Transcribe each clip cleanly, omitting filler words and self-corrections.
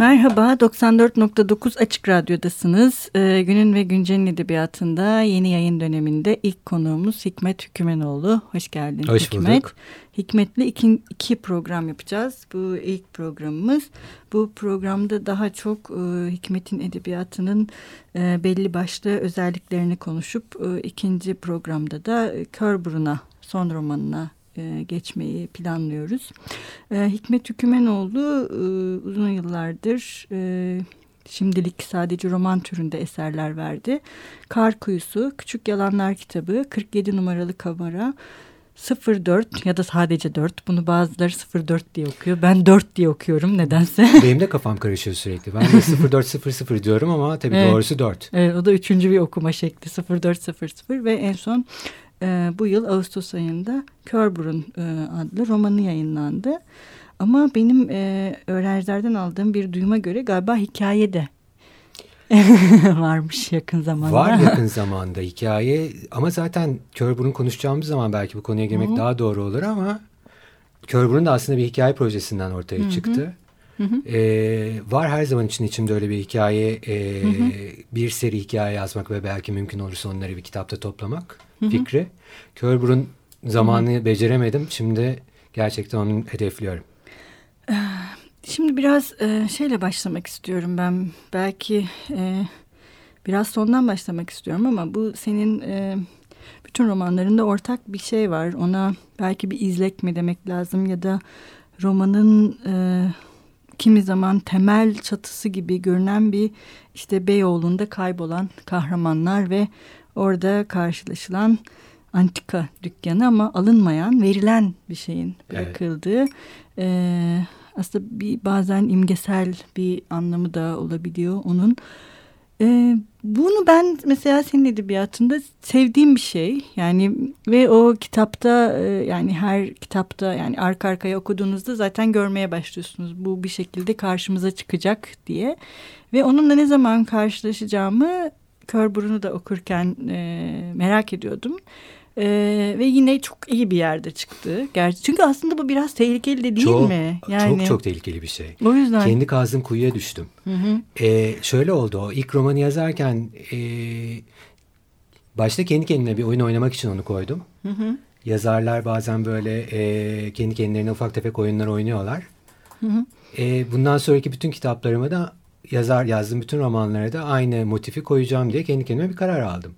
Merhaba, 94.9 Açık Radyo'dasınız. Günün ve Güncel'in edebiyatında yeni yayın döneminde ilk konuğumuz Hikmet Hükümenoğlu. Hoş geldin. Hoş Hikmet. bulduk. Hikmet'le iki program yapacağız. Bu ilk programımız. Bu programda daha çok Hikmet'in edebiyatının belli başlı özelliklerini konuşup ikinci programda da Körburun'a, son romanına geçmeyi planlıyoruz. Hikmet Hükümenoğlu uzun yıllardır şimdilik sadece roman türünde eserler verdi. Kar Kuyusu, Küçük Yalanlar kitabı, 47 numaralı kamera, 04 ya da sadece 4. Bunu bazıları 04 diye okuyor. Ben 4 diye okuyorum nedense. Benim de kafam karışıyor sürekli. Ben de 0400 diyorum ama tabii evet, doğrusu 4. Evet, o da üçüncü bir okuma şekli 0400 ve en son bu yıl Ağustos ayında Körburun adlı romanı yayınlandı. Ama benim öğrencilerden aldığım bir duyuma göre galiba hikaye de varmış yakın zamanda. Var yakın zamanda hikaye ama zaten Körburun konuşacağımız zaman belki bu konuya girmek daha doğru olur ama Körburun da aslında bir hikaye projesinden ortaya çıktı. Var her zaman için içimde öyle bir hikaye, bir seri hikaye yazmak ve belki mümkün olursa onları bir kitapta toplamak fikri. Körburun zamanını beceremedim. Şimdi gerçekten onu hedefliyorum. Şimdi biraz şeyle başlamak istiyorum ben. Belki biraz sondan başlamak istiyorum ama bu senin bütün romanlarında ortak bir şey var. Ona belki bir izlek mi demek lazım ya da romanın kimi zaman temel çatısı gibi görünen bir işte Beyoğlu'nda kaybolan kahramanlar ve orada karşılaşılan antika dükkanı ama alınmayan, verilen bir şeyin bırakıldığı. Evet. Aslında bazen imgesel bir anlamı da olabiliyor onun. Bunu ben mesela senin edebiyatında sevdiğim bir şey. Yani ve o kitapta yani her kitapta yani arka arkaya okuduğunuzda zaten görmeye başlıyorsunuz. Bu bir şekilde karşımıza çıkacak diye. Ve onunla ne zaman karşılaşacağımı Körburun'u da okurken merak ediyordum. Ve yine çok iyi bir yerde çıktı. Çünkü aslında bu biraz tehlikeli de değil mi? Yani, çok tehlikeli bir şey. O yüzden. Kendi kazdığım kuyuya düştüm. Şöyle oldu o ilk romanı yazarken başta kendi kendine bir oyun oynamak için onu koydum. Yazarlar bazen böyle kendi kendilerine ufak tefek oyunlar oynuyorlar. Bundan sonraki bütün kitaplarıma da yazdığım bütün romanlara da aynı motifi koyacağım diye kendi kendime bir karar aldım.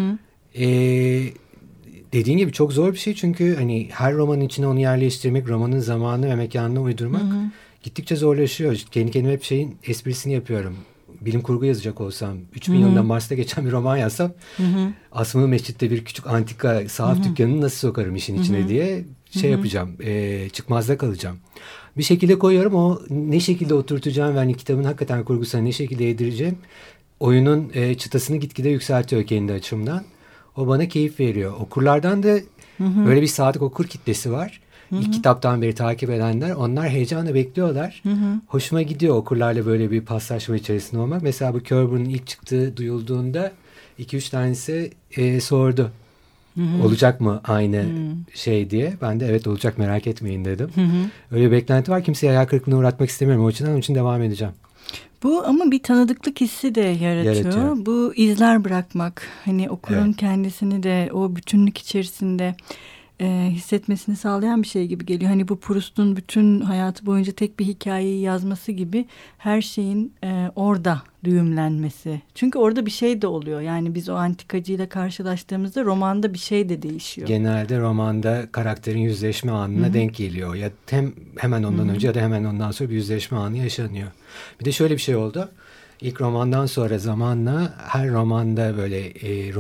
Dediğin gibi çok zor bir şey çünkü hani her romanın içine onu yerleştirmek, romanın zamanı ve mekanına uydurmak gittikçe zorlaşıyor. Kendi kendime hep şeyin esprisini yapıyorum. Bilim kurgu yazacak olsam, 3000 yılında Mars'ta geçen bir roman yazsam, Asmalı Mescid'de bir küçük antika sahaf dükkanını nasıl sokarım işin içine diye yapacağım. Çıkmazda kalacağım. Bir şekilde koyuyorum, o ne şekilde oturtacağım ve hani kitabın hakikaten kurgusuna ne şekilde yedireceğim, oyunun çıtasını gitgide yükseltiyor kendi açımdan. O bana keyif veriyor. Okurlardan da böyle bir sadık okur kitlesi var. İlk kitaptan beri takip edenler, onlar heyecanla bekliyorlar. Hoşuma gidiyor okurlarla böyle bir paslaşma içerisinde olmak. Mesela bu Körburun'un ilk çıktığı duyulduğunda 2-3 tanesi sordu. Olacak mı aynı şey diye. Ben de evet olacak, merak etmeyin dedim. Öyle bir beklenti var. Kimseye hayal kırıklığına uğratmak istemiyorum. Onun için devam edeceğim. Bu ama bir tanıdıklık hissi de yaratıyor. Bu izler bırakmak, hani okurun kendisini de o bütünlük içerisinde hissetmesini sağlayan bir şey gibi geliyor. Hani bu Proust'un bütün hayatı boyunca tek bir hikayeyi yazması gibi her şeyin orada düğümlenmesi. Çünkü orada bir şey de oluyor. Yani biz o antikacıyla karşılaştığımızda romanda bir şey de değişiyor. Genelde romanda karakterin yüzleşme anına denk geliyor. Ya hemen ondan önce ya da hemen ondan sonra bir yüzleşme anı yaşanıyor. Bir de şöyle bir şey oldu. İlk romandan sonra zamanla her romanda böyle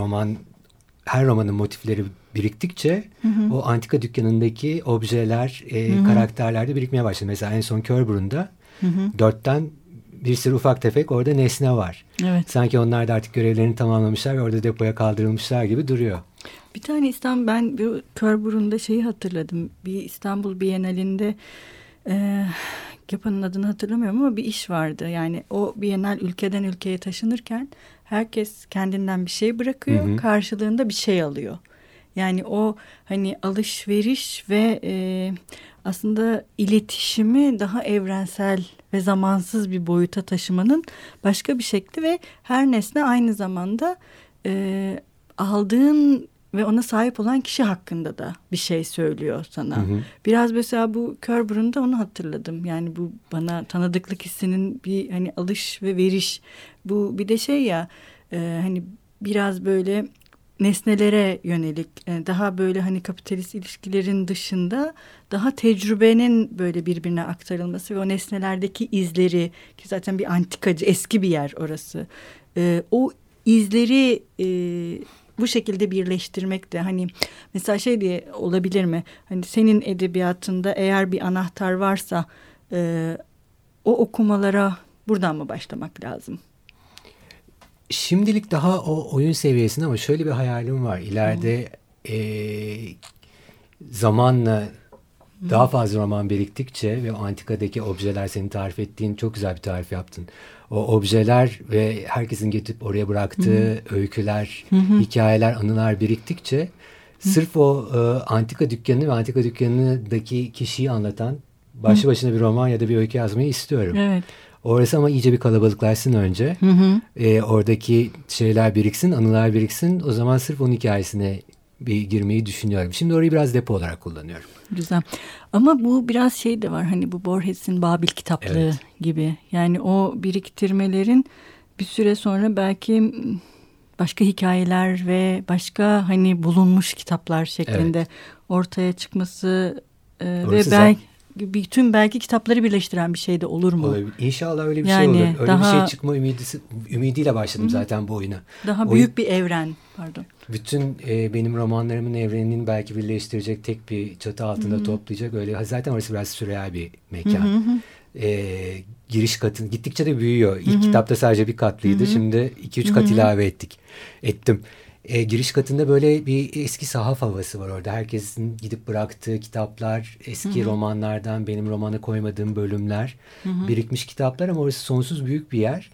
her romanın motifleri biriktikçe o antika dükkanındaki objeler, karakterler de birikmeye başladı. Mesela en son Körburun'da 4'ten bir sürü ufak tefek orada nesne var. Evet. Sanki onlar da artık görevlerini tamamlamışlar ve orada depoya kaldırılmışlar gibi duruyor. Bir tane ben bir Körburun'da şeyi hatırladım. Bir İstanbul Bienalinde yapanın adını hatırlamıyorum ama bir iş vardı. Yani o Bienal ülkeden ülkeye taşınırken herkes kendinden bir şey bırakıyor. Karşılığında bir şey alıyor. Yani o hani alışveriş ve aslında iletişimi daha evrensel ve zamansız bir boyuta taşımanın başka bir şekli ve her nesne aynı zamanda aldığın ve ona sahip olan kişi hakkında da bir şey söylüyor sana. Hı hı. Biraz mesela bu kör burunda onu hatırladım. Yani bu bana tanıdıklık hissinin bir hani alış ve veriş. Bu bir de şey ya hani biraz böyle nesnelere yönelik daha böyle hani kapitalist ilişkilerin dışında daha tecrübenin böyle birbirine aktarılması ve o nesnelerdeki izleri ki zaten bir antikacı eski bir yer orası. O izleri bu şekilde birleştirmek de hani mesela şey diye olabilir mi? Hani senin edebiyatında eğer bir anahtar varsa o okumalara buradan mı başlamak lazım? Şimdilik daha o oyun seviyesinde ama şöyle bir hayalim var. İleride zamanla daha fazla roman biriktikçe ve o antikadaki objeler senin tarif ettiğin çok güzel bir tarif yaptın. O objeler ve herkesin getirip oraya bıraktığı öyküler, hikayeler, anılar biriktikçe sırf o antika dükkanı ve antika dükkanındaki kişiyi anlatan başlı başına bir roman ya da bir öykü yazmayı istiyorum. Evet. Orası ama iyice bir kalabalıklaşsın önce. Oradaki şeyler biriksin, anılar biriksin. O zaman sırf onun hikayesine bir girmeyi düşünüyorum. Şimdi orayı biraz depo olarak kullanıyorum. Güzel. Ama bu biraz şey de var. Hani bu Borges'in Babil kitaplığı gibi. Yani o biriktirmelerin bir süre sonra belki başka hikayeler ve başka hani bulunmuş kitaplar şeklinde ortaya çıkması ve belki bütün belki kitapları birleştiren bir şey de olur mu? Olabilir. İnşallah öyle bir şey olur. Öyle daha, bir şey çıkma ümidiyle başladım zaten bu oyuna. Daha büyük bir evren. Pardon. Bütün benim romanlarımın evreninin belki birleştirecek tek bir çatı altında toplayacak öyle. Zaten orası biraz sürreal bir mekan. Giriş katı gittikçe de büyüyor. İlk kitapta sadece bir katlıydı. Şimdi 2-3 kat ilave ettim. Giriş katında böyle bir eski sahaf havası var orada. Herkesin gidip bıraktığı kitaplar, eski romanlardan benim romana koymadığım bölümler, birikmiş kitaplar ama orası sonsuz büyük bir yer.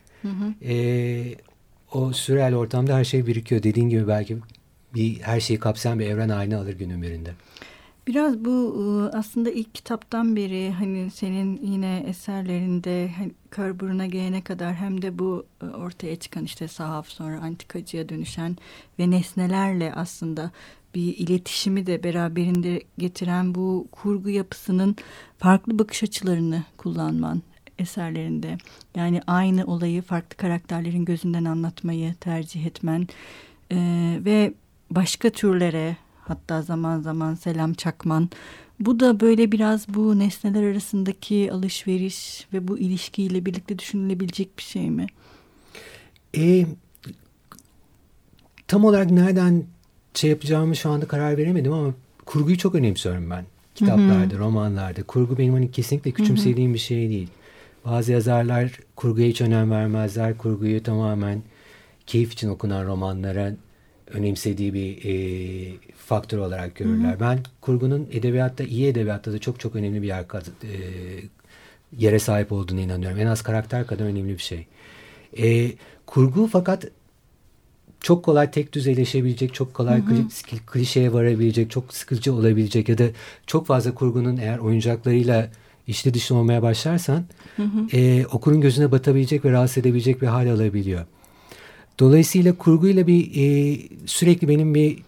O sürreal ortamda her şey birikiyor. Dediğin gibi belki her şeyi kapsayan bir evren haline alır günün birinde. Biraz bu aslında ilk kitaptan beri hani senin yine eserlerinde hani Kör Burun'a gelene kadar hem de bu ortaya çıkan işte sahaf sonra antikacıya dönüşen ve nesnelerle aslında bir iletişimi de beraberinde getiren bu kurgu yapısının farklı bakış açılarını kullanman eserlerinde. Yani aynı olayı farklı karakterlerin gözünden anlatmayı tercih etmen ve başka türlere hatta zaman zaman selam çakman. Bu da böyle biraz bu nesneler arasındaki alışveriş ve bu ilişkiyle birlikte düşünülebilecek bir şey mi? Tam olarak nereden şey yapacağımı şu anda karar veremedim ama kurguyu çok önemsiyorum ben. Kitaplarda, romanlarda. Kurgu benim hani kesinlikle küçümsediğim bir şey değil. Bazı yazarlar kurguya hiç önem vermezler. Kurguyu tamamen keyif için okunan romanlara önemsediği bir faktör olarak görürler. Ben kurgunun edebiyatta, iyi edebiyatta da çok çok önemli bir yere sahip olduğuna inanıyorum. En az karakter kadar önemli bir şey. Kurgu fakat çok kolay tek düzeyleşebilecek, çok kolay klişeye varabilecek, çok sıkıcı olabilecek ya da çok fazla kurgunun eğer oyuncaklarıyla içli dışlı olmaya başlarsan okurun gözüne batabilecek ve rahatsız edebilecek bir hal alabiliyor. Dolayısıyla kurguyla sürekli benim bir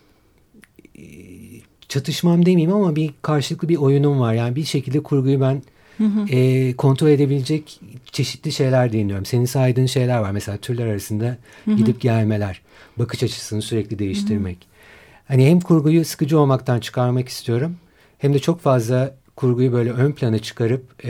çatışmam demeyeyim ama bir karşılıklı bir oyunum var. Yani bir şekilde kurguyu ben kontrol edebilecek çeşitli şeyler deniyorum. Senin saydığın şeyler var. Mesela türler arasında gidip gelmeler. Bakış açısını sürekli değiştirmek. Hani hem kurguyu sıkıcı olmaktan çıkarmak istiyorum. Hem de çok fazla kurguyu böyle ön plana çıkarıp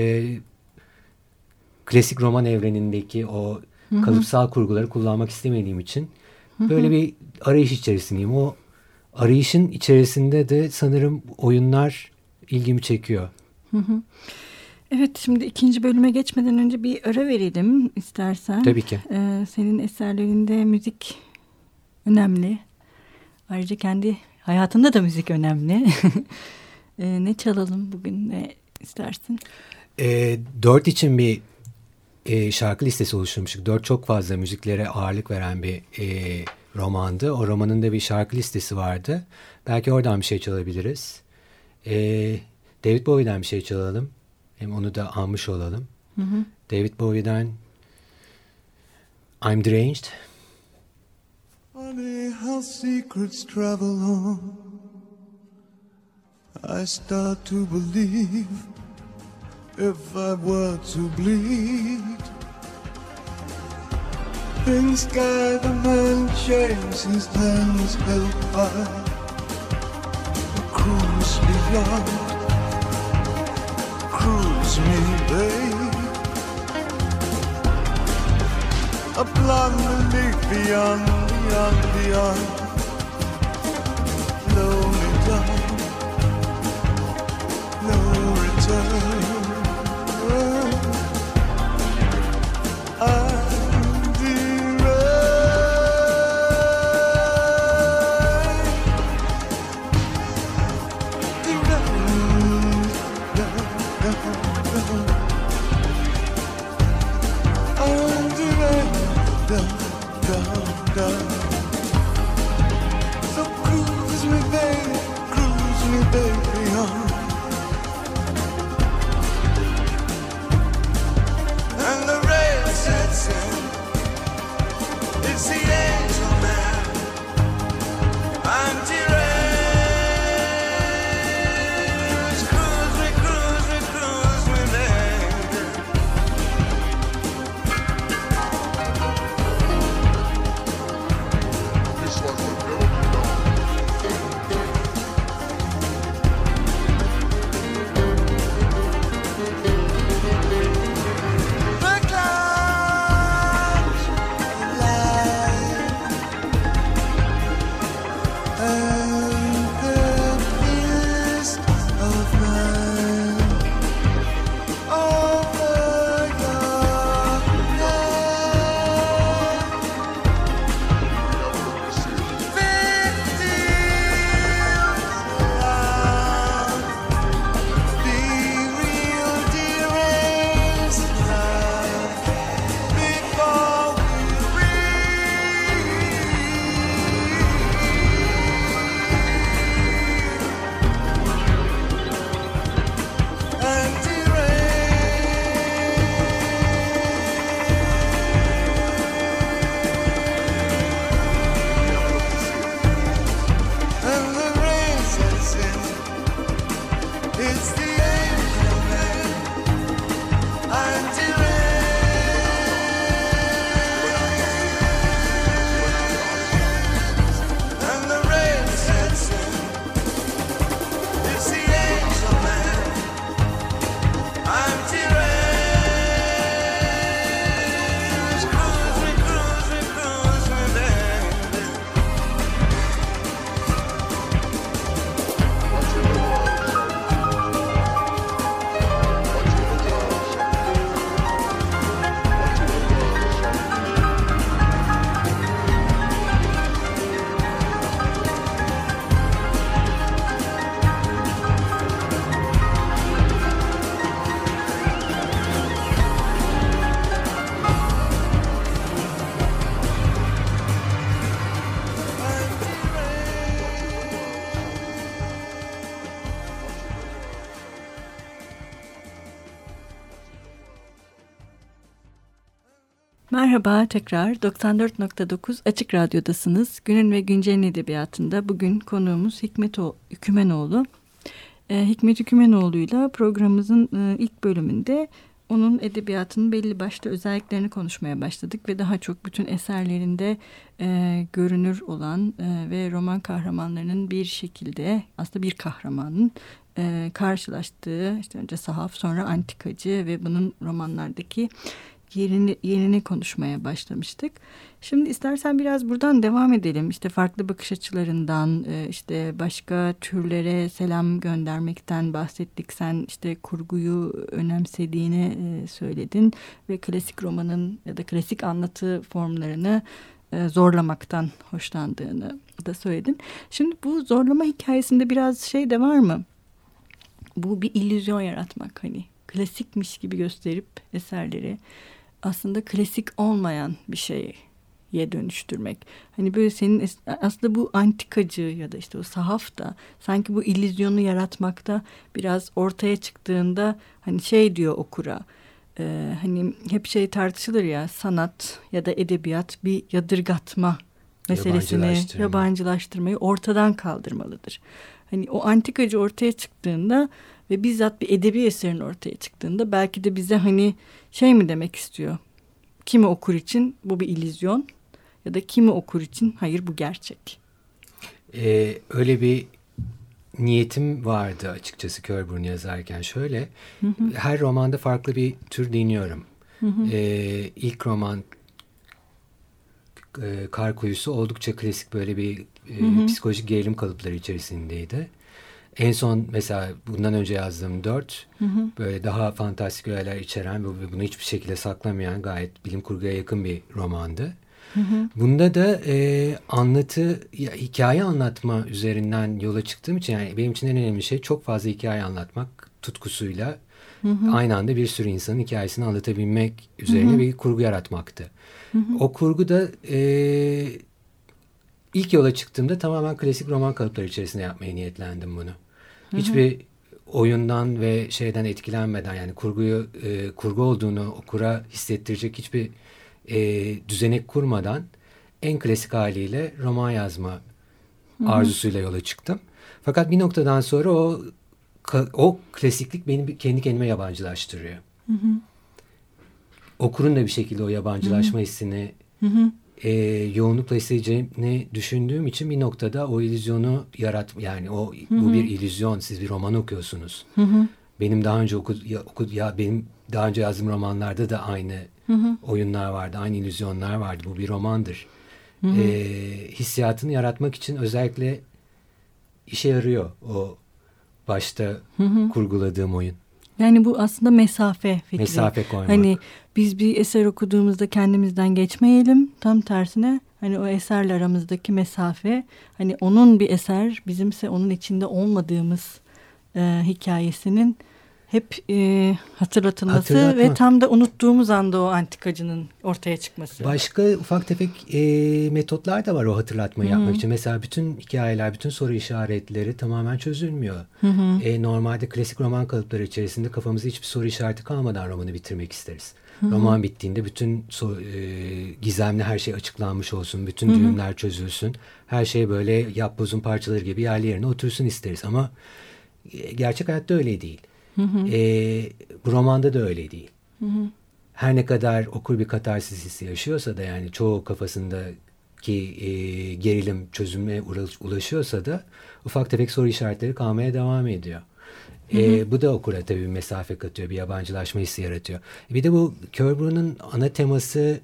klasik roman evrenindeki o kalıpsal kurguları kullanmak istemediğim için böyle bir arayış içerisindeyim. O arayışın içerisinde de sanırım oyunlar ilgimi çekiyor. Evet, şimdi ikinci bölüme geçmeden önce bir ara verelim istersen. Tabii ki. Senin eserlerinde müzik önemli. Ayrıca kendi hayatında da müzik önemli. Ne çalalım bugün, ne istersin? 4 için bir şarkı listesi oluşturmuştuk. 4 çok fazla müziklere ağırlık veren bir romandı. O romanın da bir şarkı listesi vardı. Belki oradan bir şey çalabiliriz. David Bowie'den bir şey çalalım. Hem onu da anmış olalım. Hı hı. David Bowie'den I'm Deranged. Funny how secrets travel on. I start to believe if I were to bleed, things guy the man James, his hands held high, cruise beyond, cruise me, babe, a blonde beneath beyond, beyond, beyond, lonely down, no return. So cruise me, baby, on. And the rain sets in. It's the angel man. I'm deranged. Cruise me, cruise me, cruise me, baby. It's like a Merhaba tekrar 94.9 Açık Radyo'dasınız. Günün ve Güncel'in edebiyatında bugün konuğumuz Hikmet Hükümenoğlu. Hikmet Hükümenoğlu'yla programımızın ilk bölümünde onun edebiyatının belli başlı özelliklerini konuşmaya başladık ve daha çok bütün eserlerinde görünür olan ve roman kahramanlarının bir şekilde aslında bir kahramanın karşılaştığı işte önce sahaf sonra antikacı ve bunun romanlardaki yerini konuşmaya başlamıştık. Şimdi istersen biraz buradan devam edelim. İşte farklı bakış açılarından, işte başka türlere selam göndermekten bahsettik. Sen işte kurguyu önemsediğini söyledin ve klasik romanın ya da klasik anlatı formlarını zorlamaktan hoşlandığını da söyledin. Şimdi bu zorlama hikayesinde biraz şey de var mı? Bu bir illüzyon yaratmak, hani klasikmiş gibi gösterip eserleri aslında klasik olmayan bir şey dönüştürmek. Hani böyle senin aslında bu antikacı ya da işte o sahaf da sanki bu illüzyonu yaratmakta biraz ortaya çıktığında hani şey diyor okura, hani hep şey tartışılır ya, sanat ya da edebiyat bir yadırgatma meselesini, yabancılaştırmayı ortadan kaldırmalıdır. Hani o antikacı ortaya çıktığında ve bizzat bir edebi eserin ortaya çıktığında belki de bize hani şey mi demek istiyor? Kimi okur için bu bir illüzyon ya da kimi okur için hayır bu gerçek. Öyle bir niyetim vardı açıkçası Körburnu yazarken. Şöyle, her romanda farklı bir tür deniyorum. İlk roman Kar Kuyusu oldukça klasik böyle bir psikolojik gerilim kalıpları içerisindeydi. En son mesela bundan önce yazdığım 4 böyle daha fantastik öğeler içeren ve bunu hiçbir şekilde saklamayan gayet bilim kurguya yakın bir romandı. Bunda da hikaye anlatma üzerinden yola çıktığım için yani benim için en önemli şey çok fazla hikaye anlatmak tutkusuyla aynı anda bir sürü insanın hikayesini anlatabilmek üzerine bir kurgu yaratmaktı. O kurgu da ilk yola çıktığımda tamamen klasik roman kalıpları içerisinde yapmaya niyetlendim bunu. Hiçbir oyundan ve şeyden etkilenmeden yani kurgu olduğunu okura hissettirecek hiçbir düzenek kurmadan en klasik haliyle roman yazma arzusuyla yola çıktım. Fakat bir noktadan sonra o klasiklik beni kendi kendime yabancılaştırıyor. Okurun da bir şekilde o yabancılaşma hissini yoğunlukla hissedeceğini düşündüğüm için bir noktada o illüzyonu yani bu bir illüzyon, siz bir roman okuyorsunuz. Benim daha önce benim daha önce yazdığım romanlarda da aynı oyunlar vardı, aynı illüzyonlar vardı. Bu bir romandır. Hissiyatını yaratmak için özellikle işe yarıyor o başta kurguladığım oyun. Yani bu aslında mesafe fikri. Mesafe koymak. Hani biz bir eser okuduğumuzda kendimizden geçmeyelim. Tam tersine hani o eserle aramızdaki mesafe, hani onun bir eser, bizimse onun içinde olmadığımız hikayesinin hep hatırlatılması ve tam da unuttuğumuz anda o antikacının ortaya çıkması. Başka ufak tefek metotlar da var o hatırlatmayı yapmak için. Mesela bütün hikayeler, bütün soru işaretleri tamamen çözülmüyor. Normalde klasik roman kalıpları içerisinde kafamızda hiçbir soru işareti kalmadan romanı bitirmek isteriz. Roman bittiğinde bütün gizemli her şey açıklanmış olsun, bütün düğümler çözülsün. Her şey böyle yapbozun parçaları gibi yerli yerine otursun isteriz. Ama gerçek hayatta öyle değil. Bu romanda da öyle değil. Her ne kadar okur bir katarsis hissi yaşıyorsa da yani çoğu kafasındaki gerilim çözüme ulaşıyorsa da ufak tefek soru işaretleri kalmaya devam ediyor. Bu da okura tabii bir mesafe katıyor, bir yabancılaşma hissi yaratıyor. Bir de bu Körburnu'nun ana teması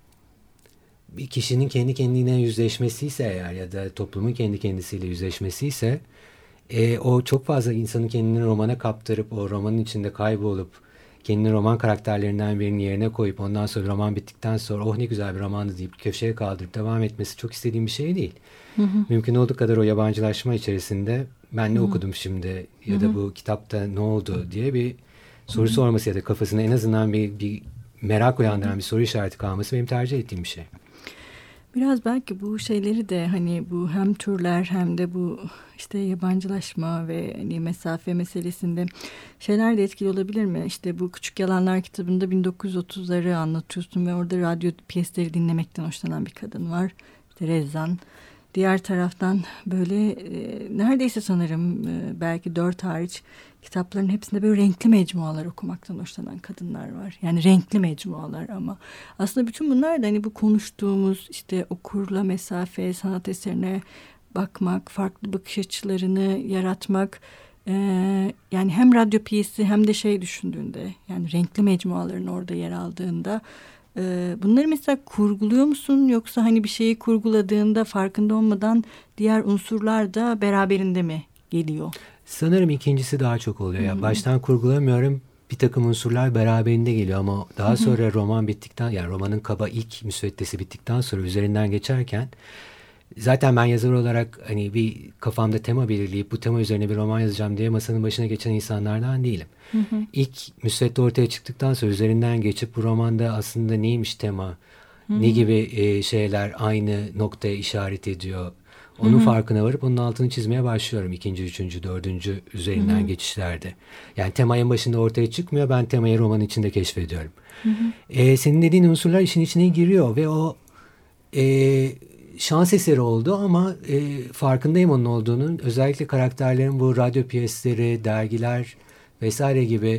bir kişinin kendi kendine yüzleşmesi ise eğer ya da toplumun kendi kendisiyle yüzleşmesi ise o çok fazla insanın kendini romana kaptırıp o romanın içinde kaybolup kendini roman karakterlerinden birinin yerine koyup ondan sonra roman bittikten sonra oh ne güzel bir romandı deyip köşeye kaldırıp devam etmesi çok istediğim bir şey değil. Mümkün olduğu kadar o yabancılaşma içerisinde ben ne okudum şimdi ya da bu kitapta ne oldu diye bir soru sorması ya da kafasına en azından bir merak uyandıran bir soru işareti kalması benim tercih ettiğim bir şey. Biraz belki bu şeyleri de hani bu hem türler hem de bu işte yabancılaşma ve hani mesafe meselesinde şeyler de etkili olabilir mi? İşte bu Küçük Yalanlar kitabında 1930'ları anlatıyorsun ve orada radyo piyesleri dinlemekten hoşlanan bir kadın var. İşte Rezzan. Diğer taraftan böyle neredeyse sanırım belki 4 hariç kitapların hepsinde böyle renkli mecmualar okumaktan hoşlanan kadınlar var. Yani renkli mecmualar ama aslında bütün bunlar da hani bu konuştuğumuz işte okurla mesafe, sanat eserine bakmak, farklı bakış açılarını yaratmak. Yani hem radyo piyesi hem de şey düşündüğünde yani renkli mecmuaların orada yer aldığında bunları mesela kurguluyor musun yoksa hani bir şeyi kurguladığında farkında olmadan diğer unsurlar da beraberinde mi geliyor? Sanırım ikincisi daha çok oluyor. Ya baştan kurgulamıyorum. Bir takım unsurlar beraberinde geliyor ama daha sonra roman bittikten yani romanın kaba ilk müsveddesi bittikten sonra üzerinden geçerken zaten ben yazar olarak hani bir kafamda tema belirleyip bu tema üzerine bir roman yazacağım diye masanın başına geçen insanlardan değilim. İlk müsvedde ortaya çıktıktan sonra üzerinden geçip bu romanda aslında neymiş tema, Ne gibi şeyler aynı noktaya işaret ediyor. Onun farkına varıp onun altını çizmeye başlıyorum 2., 3., 4. üzerinden geçişlerde. Yani tema en başında ortaya çıkmıyor. Ben temayı romanın içinde keşfediyorum. Senin dediğin unsurlar işin içine giriyor ve o şans eseri oldu ama farkındayım onun olduğunun. Özellikle karakterlerin bu radyo piyesleri, dergiler vesaire gibi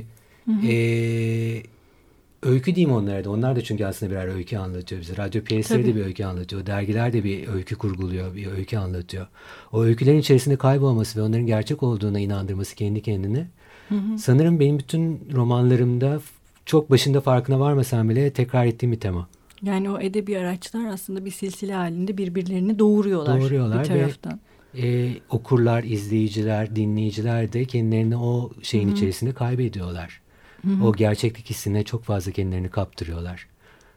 öykü diyeyim onlara da. Onlar da çünkü aslında birer öykü anlatıyor bize. Radyo piyesleri de bir öykü anlatıyor. Dergiler de bir öykü kurguluyor, bir öykü anlatıyor. O öykülerin içerisinde kaybolması ve onların gerçek olduğuna inandırması kendi kendine. Sanırım benim bütün romanlarımda çok başında farkına varmasam bile tekrar ettiğim bir tema. Yani o edebi araçlar aslında bir silsile halinde birbirlerini doğuruyorlar bir taraftan. Ve okurlar, izleyiciler, dinleyiciler de kendilerini o şeyin içerisinde kaybediyorlar. O gerçeklik hissine çok fazla kendilerini kaptırıyorlar.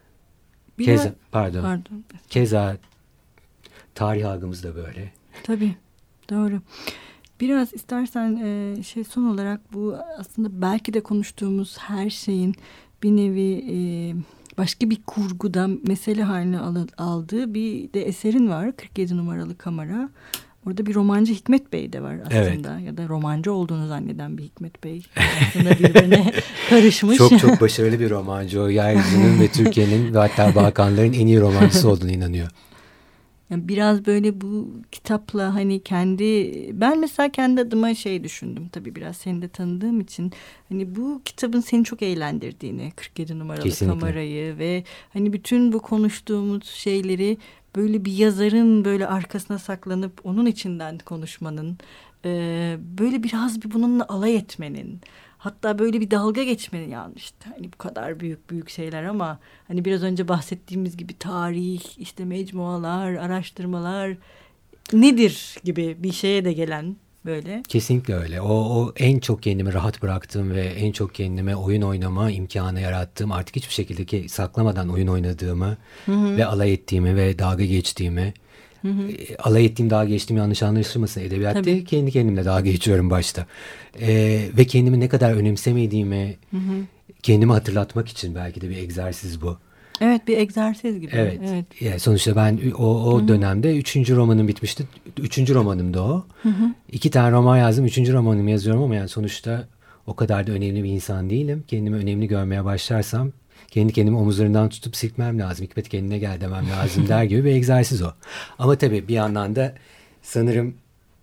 Keza tarih algımız da böyle. Tabii, doğru. Biraz istersen son olarak bu aslında belki de konuştuğumuz her şeyin bir nevi başka bir kurguda mesele haline aldığı bir de eserin var. 47 numaralı kamera. Orada bir romancı Hikmet Bey de var aslında. Evet. Ya da romancı olduğunu zanneden bir Hikmet Bey. Aslında birbirine karışmış. Çok başarılı bir romancı o. Yeryüzünün ve Türkiye'nin ve hatta Balkanların en iyi romancısı olduğunu inanıyor. Yani biraz böyle bu kitapla hani ben mesela kendi adıma düşündüm. Tabii biraz seni de tanıdığım için. Hani bu kitabın seni çok eğlendirdiğini, 47 numaralı Kesinlikle. Kamerayı ve hani bütün bu konuştuğumuz şeyleri böyle bir yazarın böyle arkasına saklanıp onun içinden konuşmanın, böyle biraz bir bununla alay etmenin, hatta böyle bir dalga geçmenin, yani işte hani bu kadar büyük şeyler ama hani biraz önce bahsettiğimiz gibi tarih, işte mecmualar, araştırmalar nedir gibi bir şeye de gelen böyle. Kesinlikle öyle. O en çok kendimi rahat bıraktığım ve en çok kendime oyun oynama imkanı yarattığım, artık hiçbir şekilde saklamadan oyun oynadığımı ve alay ettiğimi ve dalga geçtiğimi, alay ettiğim, dalga geçtiğim yanlış anlaşılmasın, edebiyatta kendi kendimle dalga geçiyorum başta. Ve kendimi ne kadar önemsemediğimi kendime hatırlatmak için belki de bir egzersiz bu. Evet, bir egzersiz gibi. Evet. Yani sonuçta ben o dönemde 3. romanım bitmişti. 3. romanım da o. 2 tane roman yazdım. 3. romanımı yazıyorum ama yani sonuçta o kadar da önemli bir insan değilim. Kendimi önemli görmeye başlarsam kendi kendimi omuzlarından tutup silkmem lazım. Hikmet kendine gel demem lazım der gibi bir egzersiz o. Ama tabii bir yandan da sanırım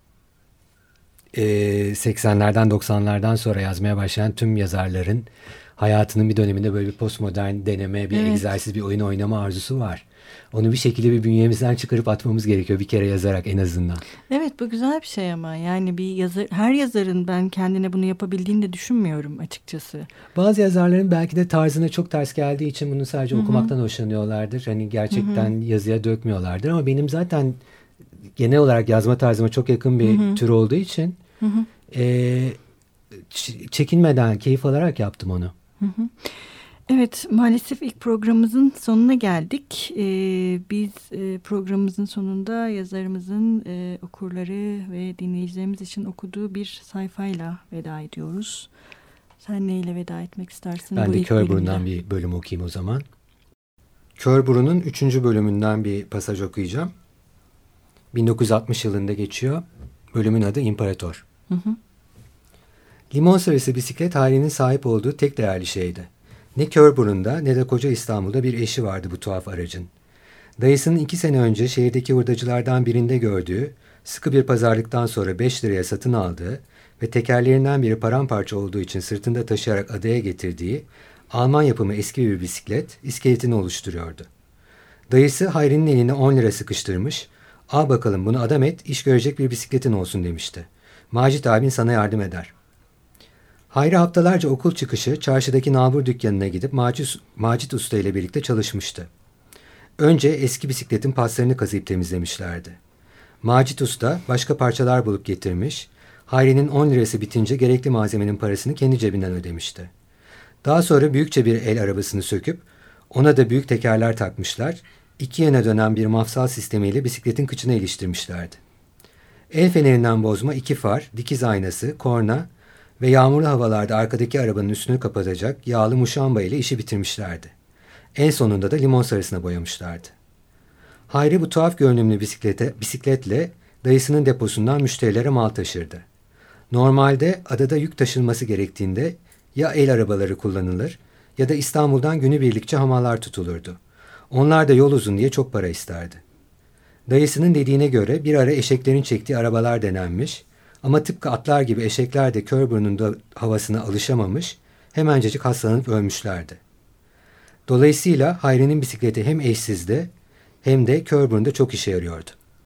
80'lerden 90'lardan sonra yazmaya başlayan tüm yazarların hayatının bir döneminde böyle bir postmodern deneme, bir egzersiz, bir oyun oynama arzusu var. Onu bir şekilde bir bünyemizden çıkarıp atmamız gerekiyor, bir kere yazarak en azından. Evet, bu güzel bir şey ama yani her yazarın ben kendine bunu yapabildiğini de düşünmüyorum açıkçası. Bazı yazarların belki de tarzına çok ters geldiği için bunu sadece okumaktan hoşlanıyorlardır. Hani gerçekten yazıya dökmüyorlardır ama benim zaten genel olarak yazma tarzıma çok yakın bir tür olduğu için çekinmeden, keyif alarak yaptım onu. Evet, maalesef ilk programımızın sonuna geldik. Biz programımızın sonunda yazarımızın okurları ve dinleyicilerimiz için okuduğu bir sayfayla veda ediyoruz. Sen neyle veda etmek istersin? Ben de Körburun'dan bir bölüm okuyayım o zaman. Körburun'un 3. bölümünden bir pasaj okuyacağım. 1960 yılında geçiyor. Bölümün adı İmparator. Limon sarısı bisiklet Hayri'nin sahip olduğu tek değerli şeydi. Ne Körburun'da ne de koca İstanbul'da bir eşi vardı bu tuhaf aracın. Dayısının 2 sene önce şehirdeki hurdacılardan birinde gördüğü, sıkı bir pazarlıktan sonra 5 liraya satın aldığı ve tekerlerinden biri paramparça olduğu için sırtında taşıyarak adaya getirdiği Alman yapımı eski bir bisiklet iskeletini oluşturuyordu. Dayısı Hayri'nin eline 10 lira sıkıştırmış, "Al bakalım bunu adam et, iş görecek bir bisikletin olsun." demişti. "Macit abin sana yardım eder." Hayri haftalarca okul çıkışı çarşıdaki nalbur dükkanına gidip Macit Usta ile birlikte çalışmıştı. Önce eski bisikletin paslarını kazıyıp temizlemişlerdi. Macit Usta başka parçalar bulup getirmiş, Hayri'nin 10 lirası bitince gerekli malzemenin parasını kendi cebinden ödemişti. Daha sonra büyükçe bir el arabasını söküp ona da büyük tekerler takmışlar, 2 yöne dönen bir mafsal sistemiyle bisikletin kıçına iliştirmişlerdi. El fenerinden bozma 2 far, dikiz aynası, korna ve yağmurlu havalarda arkadaki arabanın üstünü kapatacak yağlı muşamba ile işi bitirmişlerdi. En sonunda da limon sarısına boyamışlardı. Hayri bu tuhaf görünümlü bisikletle dayısının deposundan müşterilere mal taşırdı. Normalde adada yük taşınması gerektiğinde ya el arabaları kullanılır ya da İstanbul'dan günübirlikçe hamallar tutulurdu. Onlar da yol uzun diye çok para isterdi. Dayısının dediğine göre bir ara eşeklerin çektiği arabalar denenmiş ama tıpkı atlar gibi eşekler de Körburn'un havasına alışamamış, hemencecik hastalanıp ölmüşlerdi. Dolayısıyla Hayri'nin bisikleti hem eşsizdi hem de Körburn'da çok işe yarıyordu.